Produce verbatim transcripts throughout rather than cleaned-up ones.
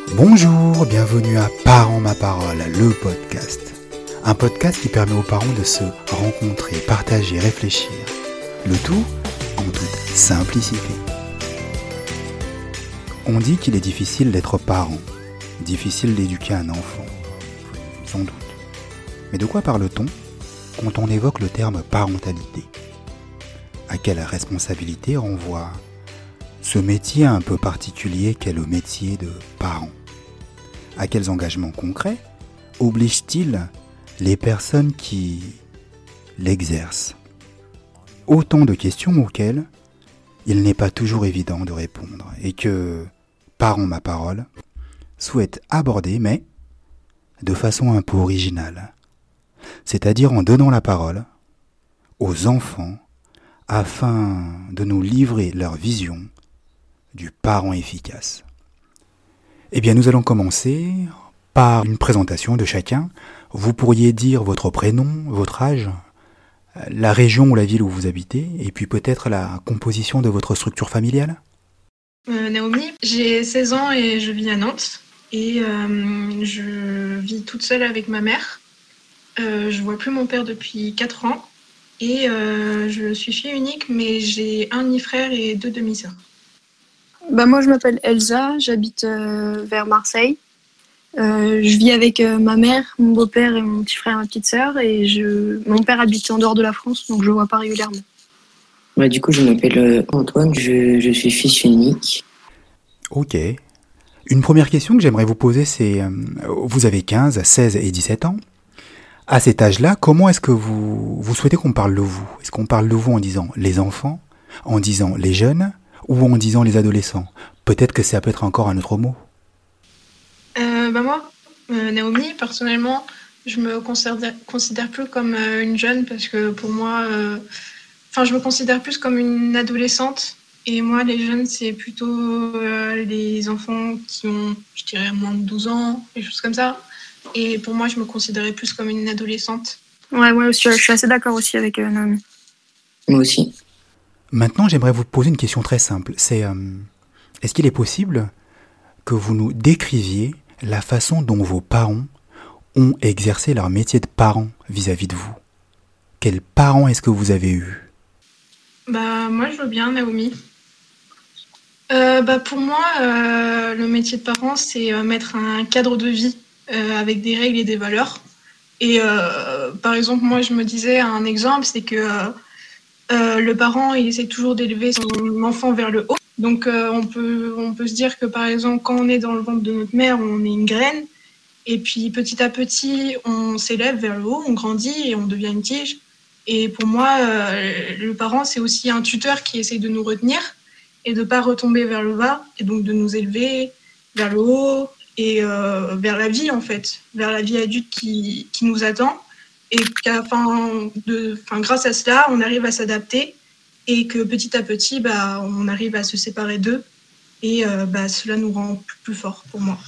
Bonjour, bienvenue à Parents ma parole, le podcast. Un podcast qui permet aux parents de se rencontrer, partager, réfléchir. Le tout en toute simplicité. On dit qu'il est difficile d'être parent, difficile d'éduquer un enfant, sans doute. Mais de quoi parle-t-on quand on évoque le terme parentalité ? À quelle responsabilité renvoie ce métier un peu particulier qu'est le métier de parent ? À quels engagements concrets oblige-t-il les personnes qui l'exercent ? Autant de questions auxquelles il n'est pas toujours évident de répondre et que Parents ma parole souhaite aborder, mais de façon un peu originale, c'est-à-dire en donnant la parole aux enfants afin de nous livrer leur vision du parent efficace. Eh bien, nous allons commencer par une présentation de chacun. Vous pourriez dire votre prénom, votre âge, la région ou la ville où vous habitez, et puis peut-être la composition de votre structure familiale. Euh, Naomi, j'ai seize ans et je vis à Nantes. Et euh, je vis toute seule avec ma mère. Euh, je vois plus mon père depuis quatre ans. Et euh, je suis fille unique, mais j'ai un demi-frère et deux demi-sœurs. Bah moi, je m'appelle Elsa, j'habite euh, vers Marseille. Euh, je vis avec euh, ma mère, mon beau-père et mon petit frère et ma petite sœur. Et je... mon père habite en dehors de la France, donc je le vois pas régulièrement. Bah, du coup, je m'appelle euh, Antoine, je, je suis fils unique. Ok. Une première question que j'aimerais vous poser, c'est, euh, vous avez quinze, seize et dix-sept ans. À cet âge-là, comment est-ce que vous, vous souhaitez qu'on parle de vous ? Est-ce qu'on parle de vous en disant les enfants, en disant les jeunes, ou en disant les adolescents ? Peut-être que ça peut être encore un autre mot. Euh, bah moi, euh, Naomi, personnellement, je me considère, considère plus comme euh, une jeune parce que pour moi, enfin, euh, je me considère plus comme une adolescente. Et moi, les jeunes, c'est plutôt euh, les enfants qui ont, je dirais, moins de douze ans, des choses comme ça. Et pour moi, je me considérais plus comme une adolescente. Ouais, moi aussi, je suis assez d'accord aussi avec euh, Naomi. Moi aussi. Maintenant, j'aimerais vous poser une question très simple. C'est, euh, est-ce qu'il est possible que vous nous décriviez la façon dont vos parents ont exercé leur métier de parent vis-à-vis de vous ? Quels parents est-ce que vous avez eus ? Bah, moi, je veux bien, Naomi. Euh, bah, pour moi, euh, le métier de parent, c'est euh, mettre un cadre de vie euh, avec des règles et des valeurs. Et euh, par exemple, moi, je me disais, un exemple, c'est que euh, euh, le parent, il essaie toujours d'élever son enfant vers le haut. Donc, euh, on peut, on peut se dire que, par exemple, quand on est dans le ventre de notre mère, on est une graine. Et puis, petit à petit, on s'élève vers le haut, on grandit et on devient une tige. Et pour moi, euh, le parent, c'est aussi un tuteur qui essaie de nous retenir et de ne pas retomber vers le bas, et donc de nous élever vers le haut et euh, vers la vie, en fait, vers la vie adulte qui, qui nous attend. Et qu'à, fin de, fin, grâce à cela, on arrive à s'adapter et que petit à petit, bah, on arrive à se séparer d'eux. Et euh, bah, cela nous rend plus, plus forts, pour moi.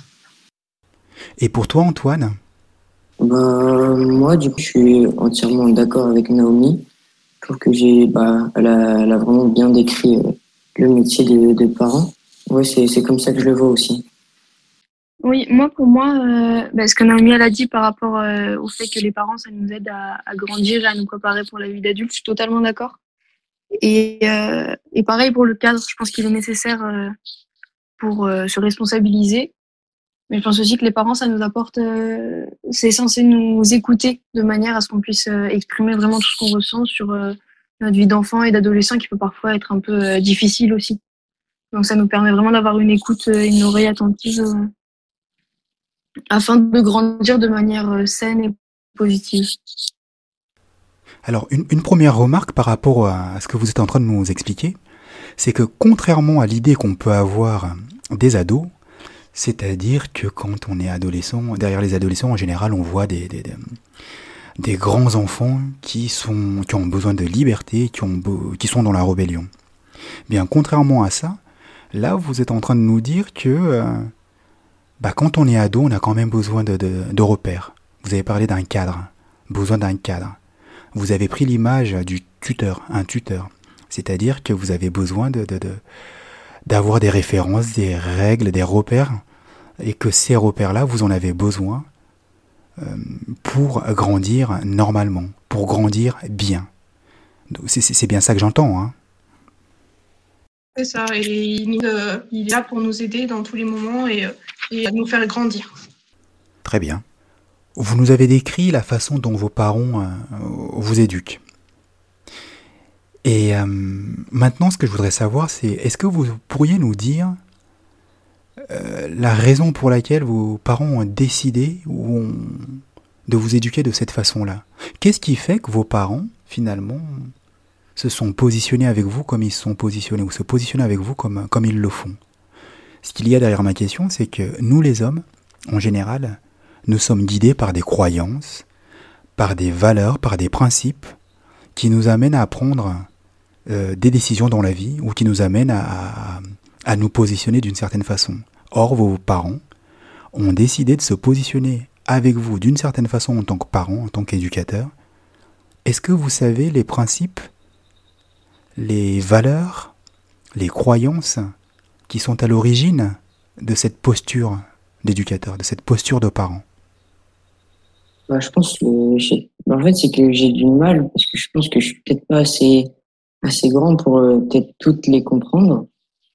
Et pour toi, Antoine ? Bah, moi, du coup, je suis entièrement d'accord avec Naomi. Je trouve que j'ai, bah, elle a, elle a vraiment bien décrit euh, le métier de, de parent. Ouais, c'est, c'est comme ça que je le vois aussi. Oui, moi, pour moi, euh, bah, ce que Naomi elle a dit par rapport euh, au fait que les parents, ça nous aide à, à grandir et à nous préparer pour la vie d'adulte, je suis totalement d'accord. Et, euh, et pareil pour le cadre, je pense qu'il est nécessaire euh, pour euh, se responsabiliser. Mais je pense aussi que les parents, ça nous apporte, euh, c'est censé nous écouter de manière à ce qu'on puisse euh, exprimer vraiment tout ce qu'on ressent sur euh, notre vie d'enfant et d'adolescent qui peut parfois être un peu euh, difficile aussi. Donc ça nous permet vraiment d'avoir une écoute et une oreille attentive euh, afin de grandir de manière euh, saine et positive. Alors, une, une première remarque par rapport à ce que vous êtes en train de nous expliquer, c'est que contrairement à l'idée qu'on peut avoir des ados, c'est-à-dire que quand on est adolescent, derrière les adolescents, en général, on voit des, des, des, des grands enfants qui, sont, qui ont besoin de liberté, qui, ont, qui sont dans la rébellion. Bien, contrairement à ça, là, vous êtes en train de nous dire que euh, bah, quand on est ado, on a quand même besoin de, de, de repères. Vous avez parlé d'un cadre, besoin d'un cadre. Vous avez pris l'image du tuteur, un tuteur. C'est-à-dire que vous avez besoin de, de, de, d'avoir des références, des règles, des repères et que ces repères-là, vous en avez besoin euh, pour grandir normalement, pour grandir bien. C'est, c'est, c'est bien ça que j'entends, hein. C'est ça, et il, euh, il est là pour nous aider dans tous les moments et, et nous faire grandir. Très bien. Vous nous avez décrit la façon dont vos parents euh, vous éduquent. Et euh, maintenant, ce que je voudrais savoir, c'est est-ce que vous pourriez nous dire euh, la raison pour laquelle vos parents ont décidé ou ont, de vous éduquer de cette façon-là? Qu'est-ce qui fait que vos parents, finalement, se sont positionnés avec vous comme ils se sont positionnés, ou se positionnent avec vous comme, comme ils le font? Ce qu'il y a derrière ma question, c'est que nous, les hommes, en général, nous sommes guidés par des croyances, par des valeurs, par des principes qui nous amènent à prendre euh, des décisions dans la vie ou qui nous amènent à, à, à nous positionner d'une certaine façon. Or, vos parents ont décidé de se positionner avec vous d'une certaine façon en tant que parents, en tant qu'éducateurs. Est-ce que vous savez les principes, les valeurs, les croyances qui sont à l'origine de cette posture d'éducateur, de cette posture de parent? Bah, je pense que j'ai... bah, en fait, c'est que j'ai du mal parce que je pense que je suis peut-être pas assez, assez grand pour euh, peut-être toutes les comprendre.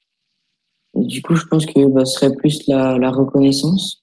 Et du coup, je pense que bah, ce serait plus la, la reconnaissance.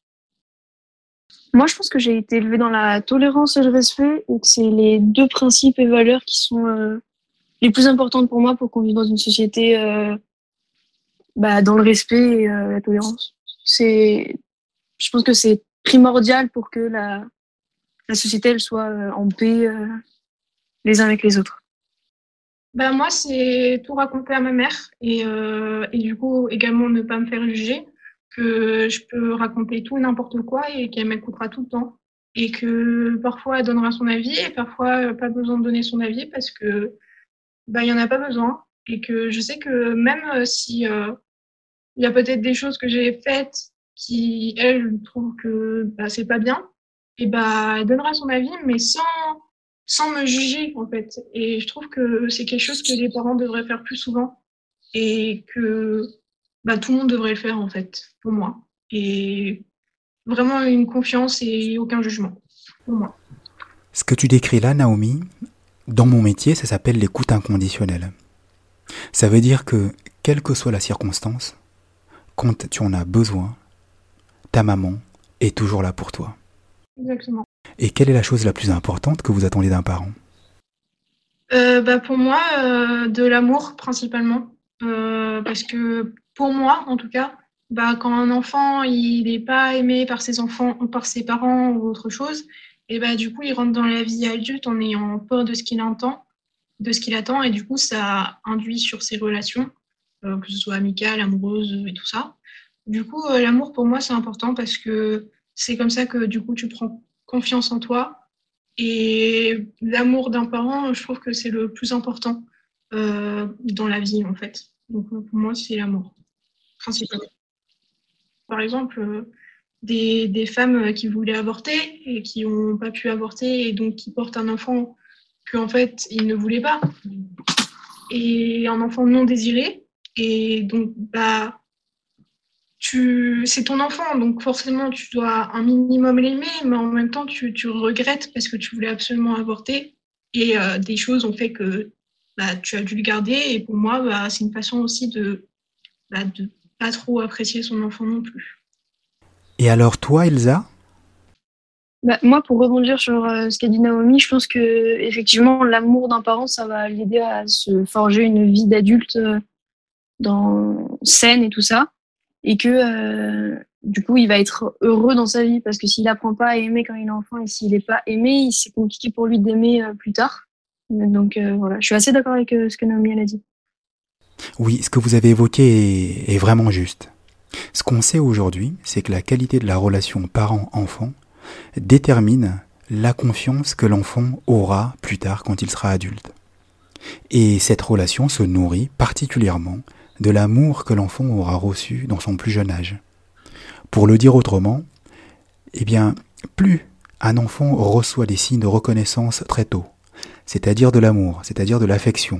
Moi, je pense que j'ai été élevée dans la tolérance et le respect, et que c'est les deux principes et valeurs qui sont euh, les plus importantes pour moi pour qu'on vive dans une société euh, bah, dans le respect et euh, la tolérance. C'est, je pense que c'est primordial pour que la, la société elle soit euh, en paix euh, les uns avec les autres. Bah, moi, c'est tout raconter à ma mère et, euh, et du coup également ne pas me faire juger, que je peux raconter tout et n'importe quoi et qu'elle m'écoutera tout le temps. Et que parfois elle donnera son avis et parfois euh, pas besoin de donner son avis parce que bah, il y en a pas besoin. Et que je sais que même si euh, il y a peut-être des choses que j'ai faites qui, elle, trouve que bah, c'est pas bien, et bah, elle donnera son avis, mais sans, sans me juger, en fait. Et je trouve que c'est quelque chose que les parents devraient faire plus souvent et que bah, tout le monde devrait le faire, en fait, pour moi. Et vraiment une confiance et aucun jugement, pour moi. Ce que tu décris là, Naomi, dans mon métier, ça s'appelle l'écoute inconditionnelle. Ça veut dire que, quelle que soit la circonstance, quand tu en as besoin, ta maman est toujours là pour toi. Exactement. Et quelle est la chose la plus importante que vous attendez d'un parent? euh, bah, Pour moi, euh, de l'amour principalement. Euh, parce que pour moi, en tout cas, bah, quand un enfant il n'est pas aimé par ses enfants, par ses parents ou autre chose, et bah, du coup, il rentre dans la vie adulte en ayant peur de ce qu'il entend, de ce qu'il attend, et du coup, ça induit sur ses relations, euh, que ce soit amicales, amoureuses et tout ça. Du coup, euh, l'amour pour moi, c'est important parce que c'est comme ça que du coup, tu prends confiance en toi. Et l'amour d'un parent, je trouve que c'est le plus important euh, dans la vie, en fait. Donc, pour moi, c'est l'amour, principalement. Par exemple, euh, des, des femmes qui voulaient avorter et qui n'ont pas pu avorter et donc qui portent un enfant qu'en fait, ils ne voulaient pas. Et un enfant non désiré. Et donc, bah, tu, c'est ton enfant, donc forcément, tu dois un minimum l'aimer, mais en même temps, tu, tu regrettes parce que tu voulais absolument avorter. Et euh, des choses ont fait que bah, tu as dû le garder. Et pour moi, bah, c'est une façon aussi de bah, de pas trop apprécier son enfant non plus. Et alors toi, Elsa? Bah, moi, pour rebondir sur euh, ce qu'a dit Naomi, je pense que effectivement, l'amour d'un parent, ça va l'aider à se forger une vie d'adulte euh, dans saine et tout ça, et que euh, du coup, il va être heureux dans sa vie parce que s'il apprend pas à aimer quand il est enfant et s'il n'est pas aimé, c'est compliqué pour lui d'aimer euh, plus tard. Donc euh, voilà, je suis assez d'accord avec euh, ce que Naomi elle a dit. Oui, ce que vous avez évoqué est, est vraiment juste. Ce qu'on sait aujourd'hui, c'est que la qualité de la relation parent-enfant détermine la confiance que l'enfant aura plus tard quand il sera adulte. Et cette relation se nourrit particulièrement de l'amour que l'enfant aura reçu dans son plus jeune âge. Pour le dire autrement, eh bien, plus un enfant reçoit des signes de reconnaissance très tôt, c'est-à-dire de l'amour, c'est-à-dire de l'affection,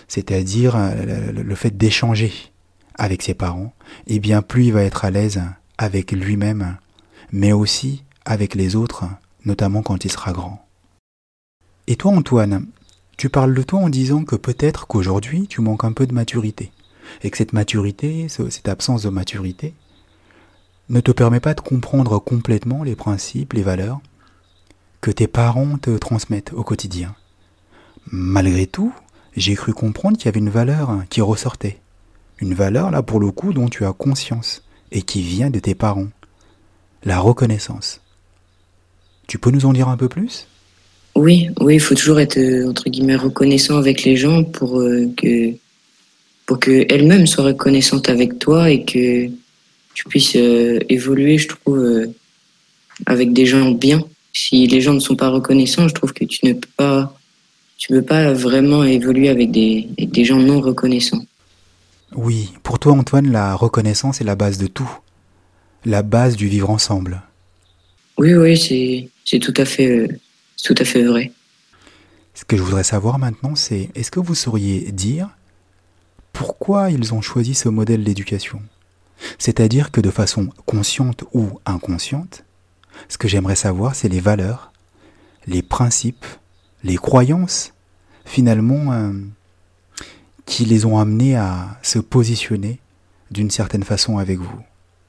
c'est-à-dire le fait d'échanger avec ses parents, eh bien plus il va être à l'aise avec lui-même, mais aussi avec les autres, notamment quand il sera grand. Et toi, Antoine, tu parles de toi en disant que peut-être qu'aujourd'hui, tu manques un peu de maturité, et que cette maturité, cette absence de maturité, ne te permet pas de comprendre complètement les principes, les valeurs que tes parents te transmettent au quotidien. Malgré tout, j'ai cru comprendre qu'il y avait une valeur qui ressortait. Une valeur, là, pour le coup, dont tu as conscience et qui vient de tes parents. La reconnaissance. Tu peux nous en dire un peu plus ? Oui, oui, il faut toujours être, euh, entre guillemets, reconnaissant avec les gens pour euh, que pour qu'elles-mêmes soient reconnaissantes avec toi et que tu puisses euh, évoluer, je trouve, euh, avec des gens bien. Si les gens ne sont pas reconnaissants, je trouve que tu ne peux pas, tu peux pas vraiment évoluer avec des, avec des gens non reconnaissants. Oui, pour toi, Antoine, la reconnaissance est la base de tout. La base du vivre ensemble. Oui, oui, c'est, c'est tout à fait, euh, c'est tout à fait vrai. Ce que je voudrais savoir maintenant, c'est est-ce que vous sauriez dire pourquoi ils ont choisi ce modèle d'éducation ? C'est-à-dire que de façon consciente ou inconsciente, ce que j'aimerais savoir, c'est les valeurs, les principes, les croyances, finalement, euh, qui les ont amenés à se positionner d'une certaine façon avec vous.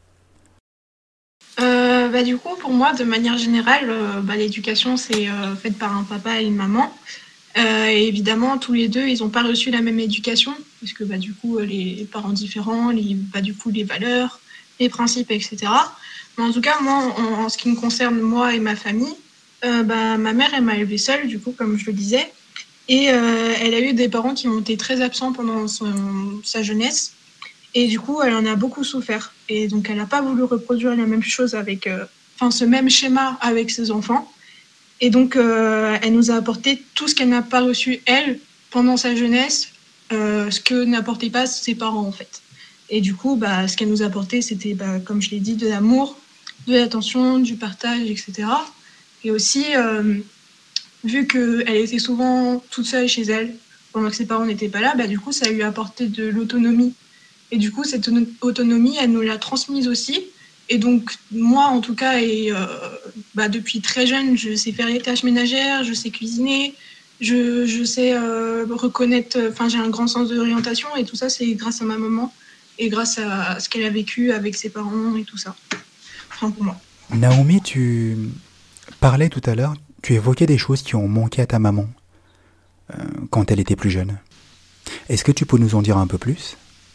Euh, bah, du coup, pour moi, de manière générale, euh, bah, l'éducation, c'est euh, faite par un papa et une maman. Euh, et évidemment, tous les deux, ils n'ont pas reçu la même éducation, puisque bah, du coup, les parents différents, les, bah, du coup, les valeurs, les principes, et cetera. Mais en tout cas, moi, en, en ce qui me concerne, moi et ma famille, euh, bah, ma mère, elle m'a élevée seule, du coup, comme je le disais. Et euh, elle a eu des parents qui ont été très absents pendant son, sa jeunesse. Et du coup, elle en a beaucoup souffert. Et donc, elle n'a pas voulu reproduire la même chose avec, euh, enfin, ce même schéma avec ses enfants. Et donc, euh, elle nous a apporté tout ce qu'elle n'a pas reçu, elle, pendant sa jeunesse, euh, ce que n'apportaient pas ses parents, en fait. Et du coup, bah, ce qu'elle nous a apporté, c'était, bah, comme je l'ai dit, de l'amour, de l'attention, du partage, et cetera. Et aussi, euh, vu qu'elle était souvent toute seule chez elle, pendant que ses parents n'étaient pas là, bah, du coup, ça lui a apporté de l'autonomie. Et du coup, cette autonomie, elle nous l'a transmise aussi. Et donc, moi, en tout cas, et, euh, bah, depuis très jeune, je sais faire les tâches ménagères, je sais cuisiner, je, je sais euh, reconnaître, enfin, j'ai un grand sens d'orientation, et tout ça, c'est grâce à ma maman et grâce à ce qu'elle a vécu avec ses parents et tout ça. Enfin, pour moi. Naomi, tu parlais tout à l'heure, tu évoquais des choses qui ont manqué à ta maman euh, quand elle était plus jeune. Est-ce que tu peux nous en dire un peu plus ?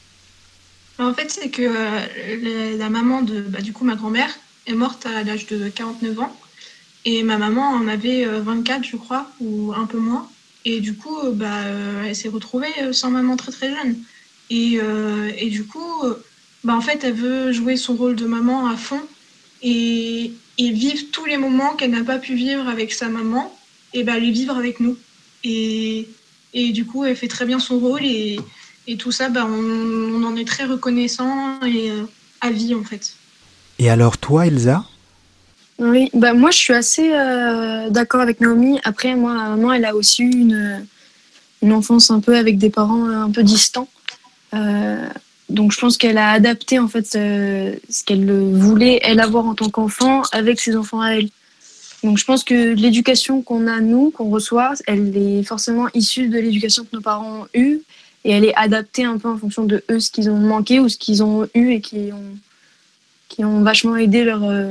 En fait, c'est que euh, la maman de, bah, du coup, ma grand-mère est morte à l'âge de quarante-neuf ans. Et ma maman en avait vingt-quatre, je crois, ou un peu moins. Et du coup, bah, euh, elle s'est retrouvée sans maman très très jeune. Et, euh, et du coup, bah, en fait, elle veut jouer son rôle de maman à fond et, et vivre tous les moments qu'elle n'a pas pu vivre avec sa maman, et bah, les vivre avec nous. Et, et du coup, elle fait très bien son rôle et, et tout ça, bah, on, on en est très reconnaissant et euh, à vie, en fait. Et alors toi, Elsa ? Oui, bah moi je suis assez euh, d'accord avec Naomi. Après, moi, maman, elle a aussi eu une, une enfance un peu avec des parents un peu distants. Euh, donc je pense qu'elle a adapté en fait euh, ce qu'elle voulait elle avoir en tant qu'enfant avec ses enfants à elle. Donc je pense que l'éducation qu'on a nous, qu'on reçoit, elle est forcément issue de l'éducation que nos parents ont eue et elle est adaptée un peu en fonction de eux, ce qu'ils ont manqué ou ce qu'ils ont eu et qui ont, qui ont vachement aidé leur... Euh,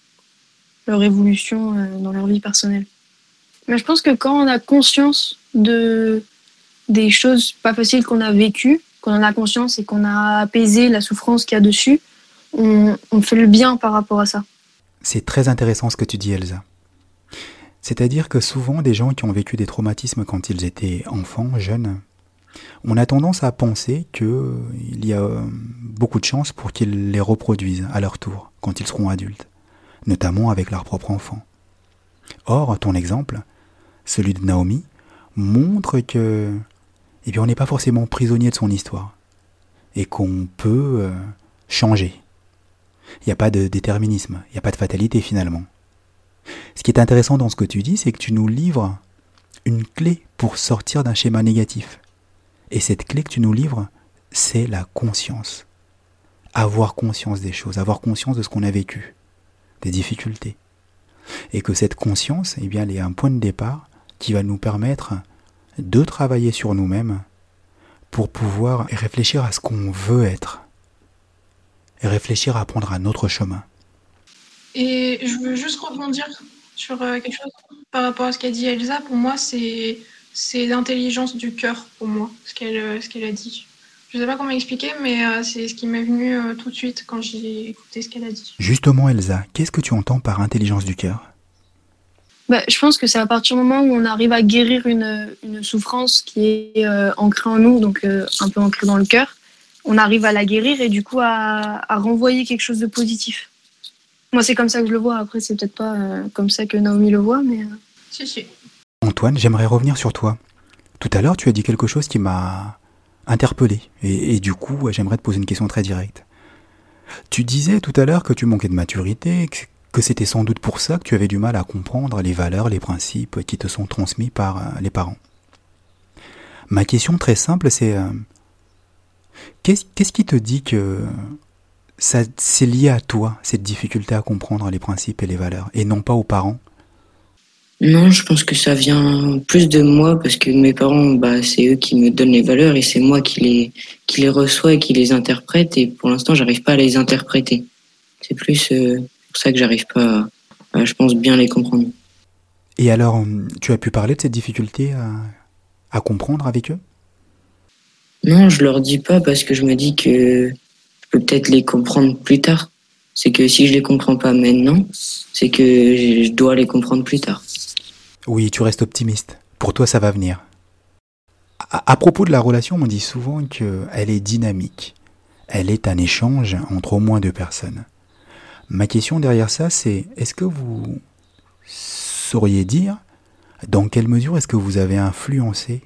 leur évolution euh, dans leur vie personnelle. Mais je pense que quand on a conscience de, des choses pas faciles qu'on a vécues, qu'on en a conscience et qu'on a apaisé la souffrance qu'il y a dessus, on, on fait le bien par rapport à ça. C'est très intéressant ce que tu dis, Elsa. C'est-à-dire que souvent, des gens qui ont vécu des traumatismes quand ils étaient enfants, jeunes, on a tendance à penser qu'il y a beaucoup de chances pour qu'ils les reproduisent à leur tour, quand ils seront adultes, notamment avec leur propre enfant. Or, ton exemple, celui de Naomi, montre que, eh bien, on n'est pas forcément prisonnier de son histoire et qu'on peut euh, changer. Il n'y a pas de déterminisme, il n'y a pas de fatalité finalement. Ce qui est intéressant dans ce que tu dis, c'est que tu nous livres une clé pour sortir d'un schéma négatif. Et cette clé que tu nous livres, c'est la conscience. avoir conscience des choses, avoir conscience de ce qu'on a vécu, des difficultés. Et que cette conscience, eh bien, elle est un point de départ qui va nous permettre de travailler sur nous-mêmes pour pouvoir réfléchir à ce qu'on veut être et réfléchir à prendre un autre chemin. Et je veux juste rebondir sur euh, quelque chose par rapport à ce qu'a dit Elsa. Pour moi, c'est, c'est l'intelligence du cœur, pour moi, ce qu'elle, euh, ce qu'elle a dit. Je ne sais pas comment expliquer, mais euh, c'est ce qui m'est venu euh, tout de suite quand j'ai écouté ce qu'elle a dit. Justement, Elsa, qu'est-ce que tu entends par intelligence du cœur ? Bah, je pense que c'est à partir du moment où on arrive à guérir une, une souffrance qui est euh, ancrée en nous, donc euh, un peu ancrée dans le cœur, on arrive à la guérir et du coup à, à renvoyer quelque chose de positif. Moi, c'est comme ça que je le vois. Après, c'est peut-être pas euh, comme ça que Naomi le voit, mais... Euh... Si, si. Antoine, j'aimerais revenir sur toi. Tout à l'heure, tu as dit quelque chose qui m'a interpellé. Et, et du coup, j'aimerais te poser une question très directe. Tu disais tout à l'heure que tu manquais de maturité, que, que c'était sans doute pour ça que tu avais du mal à comprendre les valeurs, les principes qui te sont transmis par euh, les parents. Ma question très simple, c'est... Euh, qu'est-ce, qu'est-ce qui te dit que ça, c'est lié à toi, cette difficulté à comprendre les principes et les valeurs, et non pas aux parents ? Non, je pense que ça vient plus de moi parce que mes parents, bah, c'est eux qui me donnent les valeurs et c'est moi qui les, qui les reçois et qui les interprète et pour l'instant, j'arrive pas à les interpréter. C'est plus euh, pour ça que j'arrive pas à, à, je pense, bien les comprendre. Et alors, tu as pu parler de cette difficulté à, à comprendre avec eux ? Non, je leur dis pas parce que je me dis que je peux peut-être les comprendre plus tard. C'est que si je les comprends pas maintenant, c'est que je dois les comprendre plus tard. Oui, tu restes optimiste. Pour toi, ça va venir. À, à propos de la relation, on dit souvent qu'elle est dynamique. Elle est un échange entre au moins deux personnes. Ma question derrière ça, c'est est-ce que vous sauriez dire dans quelle mesure est-ce que vous avez influencé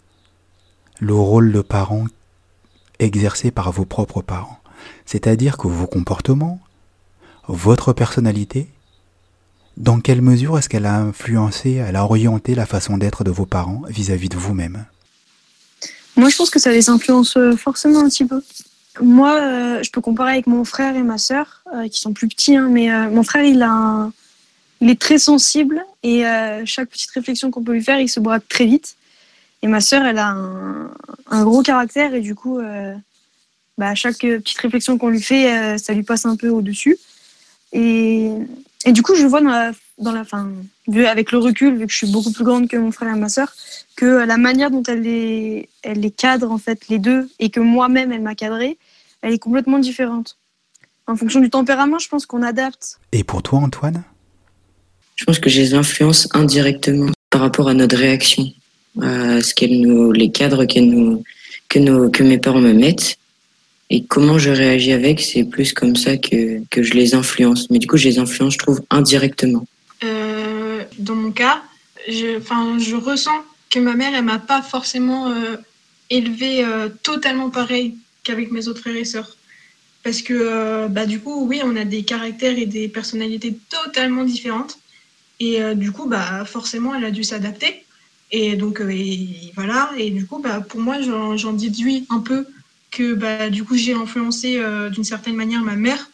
le rôle de parent exercé par vos propres parents ? C'est-à-dire que vos comportements, votre personnalité, dans quelle mesure est-ce qu'elle a influencé, elle a orienté la façon d'être de vos parents vis-à-vis de vous-même ? Moi, je pense que ça les influence forcément un petit peu. Moi, euh, je peux comparer avec mon frère et ma sœur, euh, qui sont plus petits, hein, mais euh, mon frère, il, a un... il est très sensible et euh, chaque petite réflexion qu'on peut lui faire, il se braque très vite. Et ma sœur, elle a un, un gros caractère et du coup, euh, bah, chaque petite réflexion qu'on lui fait, euh, ça lui passe un peu au-dessus. Et, et du coup, je vois dans la, dans la fin, vu avec le recul, vu que je suis beaucoup plus grande que mon frère et ma sœur, que la manière dont elle les, elle les cadre, en fait, les deux, et que moi-même, elle m'a cadrée, elle est complètement différente. En fonction du tempérament, je pense qu'on adapte. Et pour toi, Antoine ? Je pense que je les influence indirectement par rapport à notre réaction, à ce qu'elles nous, les cadres qu'elles nous, que, nos, que mes parents me mettent. Et comment je réagis avec, c'est plus comme ça que, que je les influence. Mais du coup, je les influence, je trouve, indirectement. Euh, dans mon cas, je, je ressens que ma mère, elle m'a pas forcément euh, élevée euh, totalement pareil qu'avec mes autres frères et sœurs. Parce que, euh, bah, du coup, oui, on a des caractères et des personnalités totalement différentes. Et euh, du coup, bah, forcément, elle a dû s'adapter. Et donc, euh, et, voilà. Et du coup, bah, pour moi, j'en, j'en déduis un peu que bah, du coup j'ai influencé euh, d'une certaine manière ma mère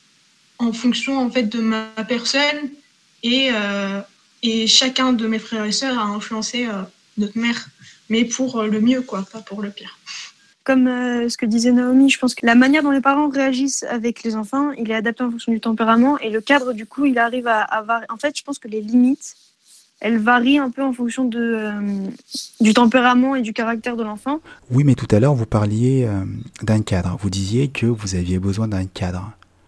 en fonction en fait de ma personne et, euh, et chacun de mes frères et sœurs a influencé euh, notre mère, mais pour euh, le mieux quoi, pas pour le pire. Comme euh, ce que disait Naomi, je pense que la manière dont les parents réagissent avec les enfants, il est adapté en fonction du tempérament et le cadre du coup il arrive à avoir. En fait, je pense que les limites elle varie un peu en fonction de, euh, du tempérament et du caractère de l'enfant. Oui, mais tout à l'heure, vous parliez euh, d'un cadre. Vous disiez que vous aviez besoin d'un cadre.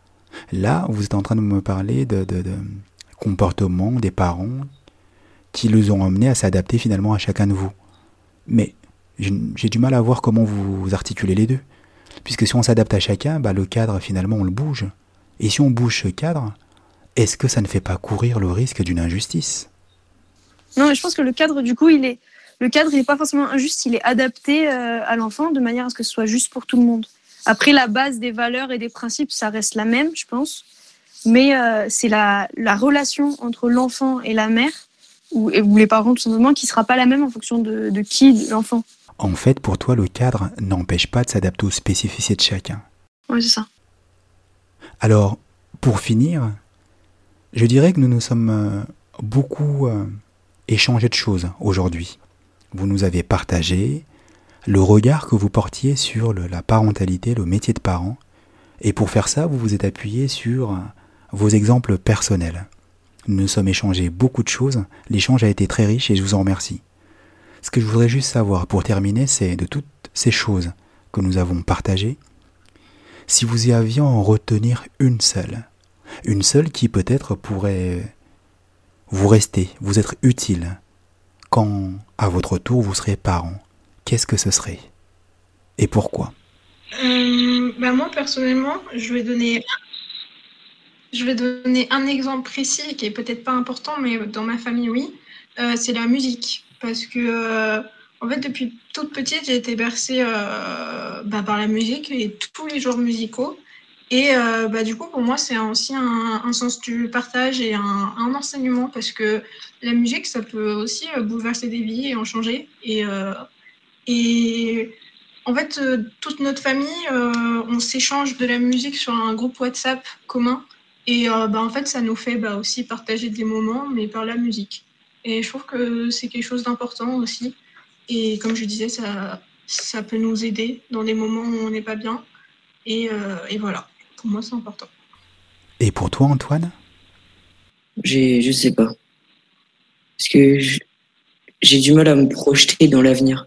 Là, vous êtes en train de me parler de, de, de comportement des parents qui les ont amenés à s'adapter finalement à chacun de vous. Mais j'ai du mal à voir comment vous articulez les deux. Puisque si on s'adapte à chacun, bah, le cadre, finalement, on le bouge. Et si on bouge ce cadre, est-ce que ça ne fait pas courir le risque d'une injustice ? Non, mais je pense que le cadre, du coup, il est, le cadre, il n'est pas forcément injuste, il est adapté euh, à l'enfant de manière à ce que ce soit juste pour tout le monde. Après, la base des valeurs et des principes, ça reste la même, je pense. Mais euh, c'est la, la relation entre l'enfant et la mère, ou, ou les parents tout simplement, qui ne sera pas la même en fonction de, de qui, de l'enfant. En fait, pour toi, le cadre n'empêche pas de s'adapter aux spécificités de chacun. Oui, c'est ça. Alors, pour finir, je dirais que nous nous sommes euh, beaucoup euh, échangé de choses aujourd'hui. Vous nous avez partagé le regard que vous portiez sur le, la parentalité, le métier de parent. Et pour faire ça, vous vous êtes appuyé sur euh, vos exemples personnels. Nous nous sommes échangés beaucoup de choses. L'échange a été très riche et je vous en remercie. Ce que je voudrais juste savoir pour terminer, c'est de toutes ces choses que nous avons partagées, si vous y aviez à en retenir une seule, une seule qui peut-être pourrait vous rester, vous être utile, quand à votre tour vous serez parent, qu'est-ce que ce serait? Et pourquoi? Euh, bah moi, personnellement, je vais donner, je vais donner un exemple précis qui est peut-être pas important, mais dans ma famille, oui. Euh, c'est la musique. Parce que, euh, en fait, depuis toute petite, j'ai été bercée euh, bah, par la musique et tous les genres musicaux. Et euh, bah, du coup, pour moi, c'est aussi un, un sens du partage et un, un enseignement parce que la musique, ça peut aussi euh, bouleverser des vies et en changer. Et, euh, et en fait, euh, toute notre famille, euh, on s'échange de la musique sur un groupe WhatsApp commun. Et euh, bah, en fait, ça nous fait bah, aussi partager des moments, mais par la musique. Et je trouve que c'est quelque chose d'important aussi. Et comme je disais, ça, ça peut nous aider dans des moments où on n'est pas bien. Et, euh, et voilà, pour moi, c'est important. Et pour toi, Antoine? J'ai, je sais pas. Parce que je- j'ai du mal à me projeter dans l'avenir.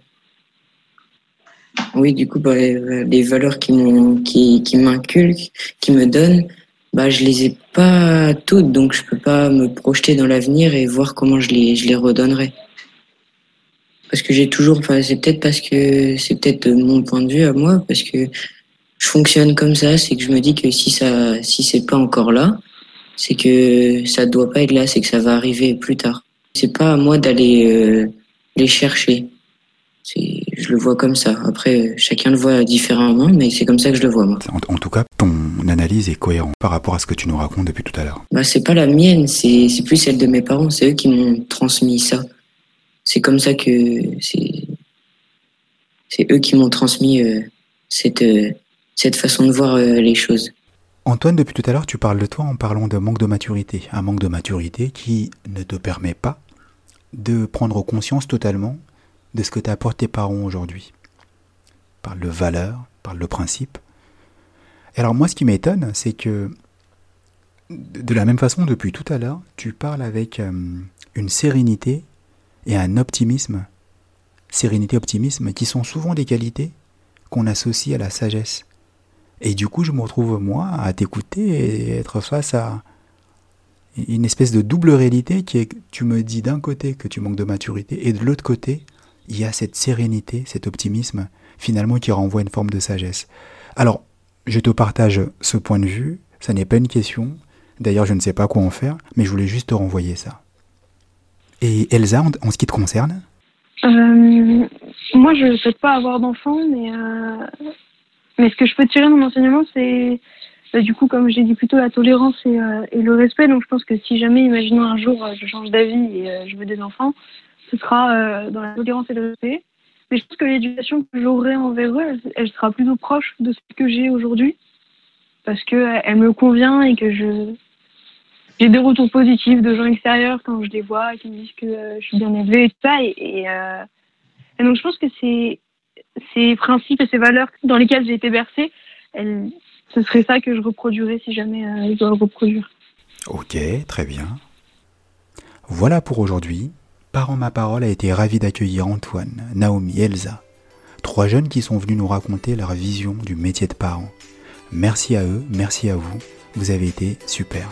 Oui, du coup, bah, les, les valeurs qui m'ont, qui, qui m'inculquent, qui me donnent, bah, je les ai pas toutes, donc je peux pas me projeter dans l'avenir et voir comment je les, je les redonnerai. Parce que j'ai toujours, enfin, c'est peut-être parce que, c'est peut-être mon point de vue à moi, parce que je fonctionne comme ça, c'est que je me dis que si ça, si c'est pas encore là, c'est que ça doit pas être là, c'est que ça va arriver plus tard. C'est pas à moi d'aller euh, les chercher. C'est, je le vois comme ça. Après, chacun le voit différemment, mais c'est comme ça que je le vois, moi. En, en tout cas, ton analyse est cohérente par rapport à ce que tu nous racontes depuis tout à l'heure. Bah, c'est pas la mienne, c'est, c'est plus celle de mes parents. C'est eux qui m'ont transmis ça. C'est comme ça que c'est, c'est eux qui m'ont transmis euh, cette, euh, cette façon de voir euh, les choses. Antoine, depuis tout à l'heure, tu parles de toi en parlant de manque de maturité. Un manque de maturité qui ne te permet pas de prendre conscience totalement de ce que t'apportent tes parents aujourd'hui. Parle de valeurs, parle de principes. Et alors moi, ce qui m'étonne, c'est que de la même façon, depuis tout à l'heure, tu parles avec euh, une sérénité et un optimisme. Sérénité, optimisme, qui sont souvent des qualités qu'on associe à la sagesse. Et du coup, je me retrouve, moi, à t'écouter et être face à une espèce de double réalité qui est que tu me dis d'un côté que tu manques de maturité et de l'autre côté, il y a cette sérénité, cet optimisme, finalement, qui renvoie une forme de sagesse. Alors, je te partage ce point de vue, ça n'est pas une question, d'ailleurs, je ne sais pas quoi en faire, mais je voulais juste te renvoyer ça. Et Elsa, en, en ce qui te concerne? Euh, moi, je ne souhaite pas avoir d'enfant, mais, euh, mais ce que je peux tirer de mon enseignement, c'est euh, du coup, comme j'ai dit plus tôt, la tolérance et, euh, et le respect. Donc, je pense que si jamais, imaginons un jour, euh, je change d'avis et euh, je veux des enfants, ce sera euh, dans la tolérance et le respect. Mais je pense que l'éducation que j'aurai envers eux, elle, elle sera plutôt proche de ce que j'ai aujourd'hui, parce que elle me convient et que je j'ai des retours positifs de gens extérieurs quand je les vois, qui me disent que euh, je suis bien élevée et tout ça. Et, et, euh, et donc, je pense que c'est ces principes et ces valeurs dans lesquelles j'ai été bercée, elles, ce serait ça que je reproduirais si jamais euh, je dois le reproduire. Ok, très bien. Voilà pour aujourd'hui. Parents ma parole a été ravi d'accueillir Antoine, Naomi et Elsa, trois jeunes qui sont venus nous raconter leur vision du métier de parent. Merci à eux, merci à vous, vous avez été super.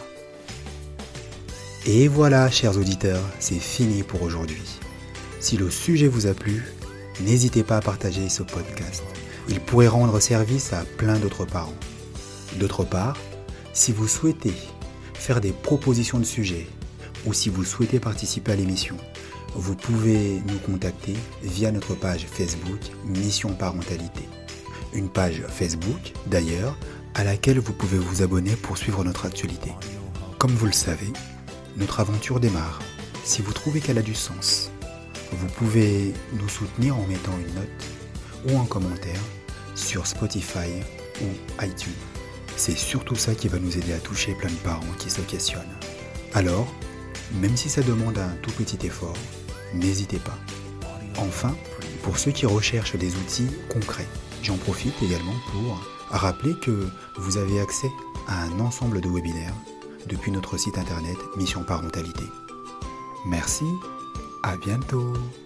Et voilà, chers auditeurs, c'est fini pour aujourd'hui. Si le sujet vous a plu, n'hésitez pas à partager ce podcast. Il pourrait rendre service à plein d'autres parents. D'autre part, si vous souhaitez faire des propositions de sujets ou si vous souhaitez participer à l'émission, vous pouvez nous contacter via notre page Facebook Mission Parentalité. Une page Facebook, d'ailleurs, à laquelle vous pouvez vous abonner pour suivre notre actualité. Comme vous le savez, notre aventure démarre. Si vous trouvez qu'elle a du sens, vous pouvez nous soutenir en mettant une note ou un commentaire sur Spotify ou iTunes. C'est surtout ça qui va nous aider à toucher plein de parents qui se questionnent. Alors, même si ça demande un tout petit effort, n'hésitez pas. Enfin, pour ceux qui recherchent des outils concrets, j'en profite également pour rappeler que vous avez accès à un ensemble de webinaires depuis notre site internet Mission Parentalité. Merci, à bientôt.